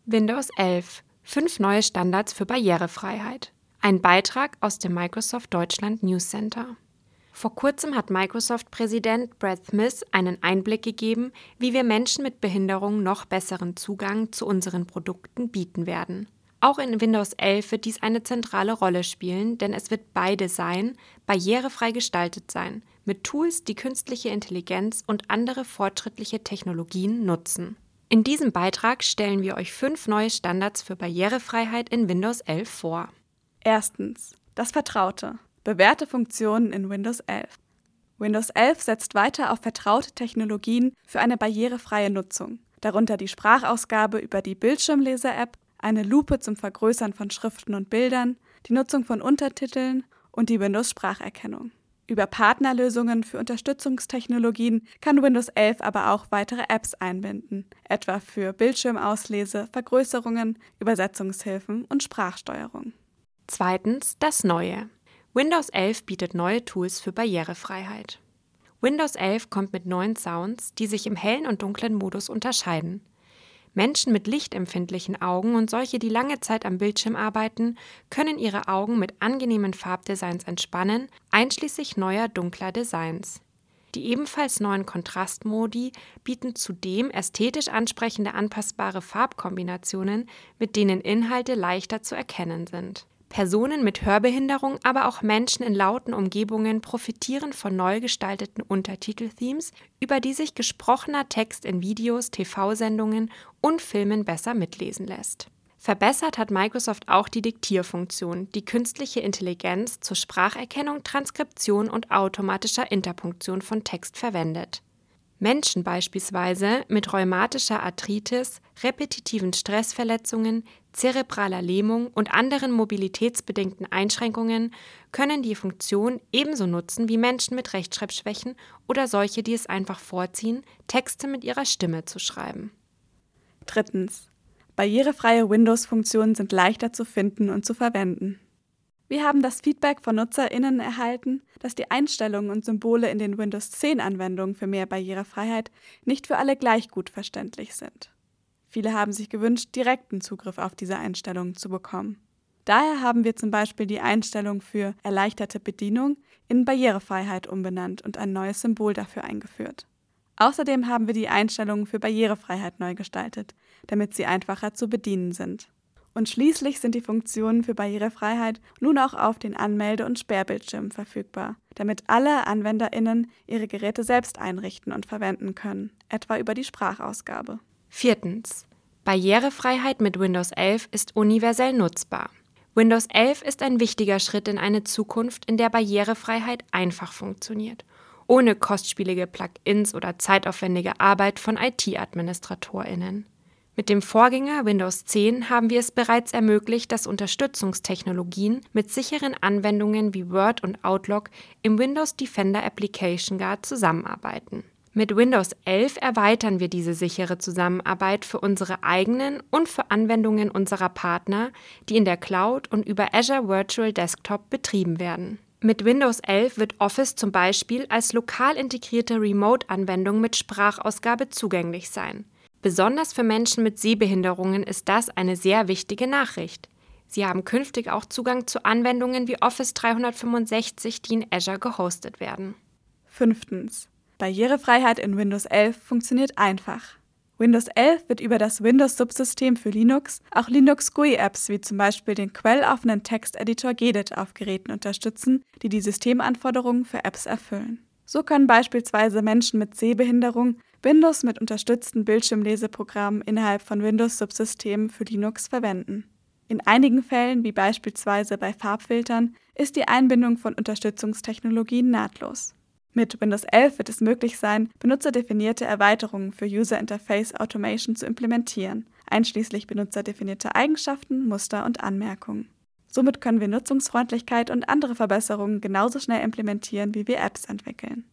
Windows 11. 5 neue Standards für Barrierefreiheit. Ein Beitrag aus dem Microsoft Deutschland News Center. Vor kurzem hat Microsoft-Präsident Brad Smith einen Einblick gegeben, wie wir Menschen mit Behinderung noch besseren Zugang zu unseren Produkten bieten werden. Auch in Windows 11 wird dies eine zentrale Rolle spielen, denn es wird bei Design barrierefrei gestaltet sein, mit Tools, die künstliche Intelligenz und andere fortschrittliche Technologien nutzen. In diesem Beitrag stellen wir euch 5 neue Standards für Barrierefreiheit in Windows 11 vor. Erstens. Das Vertraute. Bewährte Funktionen in Windows 11. Windows 11 setzt weiter auf vertraute Technologien für eine barrierefreie Nutzung, darunter die Sprachausgabe über die Bildschirmleser-App, eine Lupe zum Vergrößern von Schriften und Bildern, die Nutzung von Untertiteln und die Windows-Spracherkennung. Über Partnerlösungen für Unterstützungstechnologien kann Windows 11 aber auch weitere Apps einbinden, etwa für Bildschirmauslese, Vergrößerungen, Übersetzungshilfen und Sprachsteuerung. Zweitens, das Neue. Windows 11 bietet neue Tools für Barrierefreiheit. Windows 11 kommt mit neuen Sounds, die sich im hellen und dunklen Modus unterscheiden. Menschen mit lichtempfindlichen Augen und solche, die lange Zeit am Bildschirm arbeiten, können ihre Augen mit angenehmen Farbdesigns entspannen, einschließlich neuer dunkler Designs. Die ebenfalls neuen Kontrastmodi bieten zudem ästhetisch ansprechende anpassbare Farbkombinationen, mit denen Inhalte leichter zu erkennen sind. Personen mit Hörbehinderung, aber auch Menschen in lauten Umgebungen profitieren von neu gestalteten Untertitel-Themes, über die sich gesprochener Text in Videos, TV-Sendungen und Filmen besser mitlesen lässt. Verbessert hat Microsoft auch die Diktierfunktion, die künstliche Intelligenz zur Spracherkennung, Transkription und automatischer Interpunktion von Text verwendet. Menschen beispielsweise mit rheumatischer Arthritis, repetitiven Stressverletzungen, zerebraler Lähmung und anderen mobilitätsbedingten Einschränkungen können die Funktion ebenso nutzen wie Menschen mit Rechtschreibschwächen oder solche, die es einfach vorziehen, Texte mit ihrer Stimme zu schreiben. Drittens. Barrierefreie Windows-Funktionen sind leichter zu finden und zu verwenden. Wir haben das Feedback von NutzerInnen erhalten, dass die Einstellungen und Symbole in den Windows 10 Anwendungen für mehr Barrierefreiheit nicht für alle gleich gut verständlich sind. Viele haben sich gewünscht, direkten Zugriff auf diese Einstellungen zu bekommen. Daher haben wir zum Beispiel die Einstellung für erleichterte Bedienung in Barrierefreiheit umbenannt und ein neues Symbol dafür eingeführt. Außerdem haben wir die Einstellungen für Barrierefreiheit neu gestaltet, damit sie einfacher zu bedienen sind. Und schließlich sind die Funktionen für Barrierefreiheit nun auch auf den Anmelde- und Sperrbildschirmen verfügbar, damit alle AnwenderInnen ihre Geräte selbst einrichten und verwenden können, etwa über die Sprachausgabe. Viertens. Barrierefreiheit mit Windows 11 ist universell nutzbar. Windows 11 ist ein wichtiger Schritt in eine Zukunft, in der Barrierefreiheit einfach funktioniert, ohne kostspielige Plugins oder zeitaufwendige Arbeit von IT-AdministratorInnen. Mit dem Vorgänger Windows 10 haben wir es bereits ermöglicht, dass Unterstützungstechnologien mit sicheren Anwendungen wie Word und Outlook im Windows Defender Application Guard zusammenarbeiten. Mit Windows 11 erweitern wir diese sichere Zusammenarbeit für unsere eigenen und für Anwendungen unserer Partner, die in der Cloud und über Azure Virtual Desktop betrieben werden. Mit Windows 11 wird Office zum Beispiel als lokal integrierte Remote-Anwendung mit Sprachausgabe zugänglich sein. Besonders für Menschen mit Sehbehinderungen ist das eine sehr wichtige Nachricht. Sie haben künftig auch Zugang zu Anwendungen wie Office 365, die in Azure gehostet werden. Fünftens. Barrierefreiheit in Windows 11 funktioniert einfach. Windows 11 wird über das Windows-Subsystem für Linux auch Linux-GUI-Apps wie zum Beispiel den quelloffenen Texteditor Gedit auf Geräten unterstützen, die die Systemanforderungen für Apps erfüllen. So können beispielsweise Menschen mit Sehbehinderung Windows mit unterstützten Bildschirmleseprogrammen innerhalb von Windows-Subsystemen für Linux verwenden. In einigen Fällen, wie beispielsweise bei Farbfiltern, ist die Einbindung von Unterstützungstechnologien nahtlos. Mit Windows 11 wird es möglich sein, benutzerdefinierte Erweiterungen für User Interface Automation zu implementieren, einschließlich benutzerdefinierte Eigenschaften, Muster und Anmerkungen. Somit können wir Nutzungsfreundlichkeit und andere Verbesserungen genauso schnell implementieren, wie wir Apps entwickeln.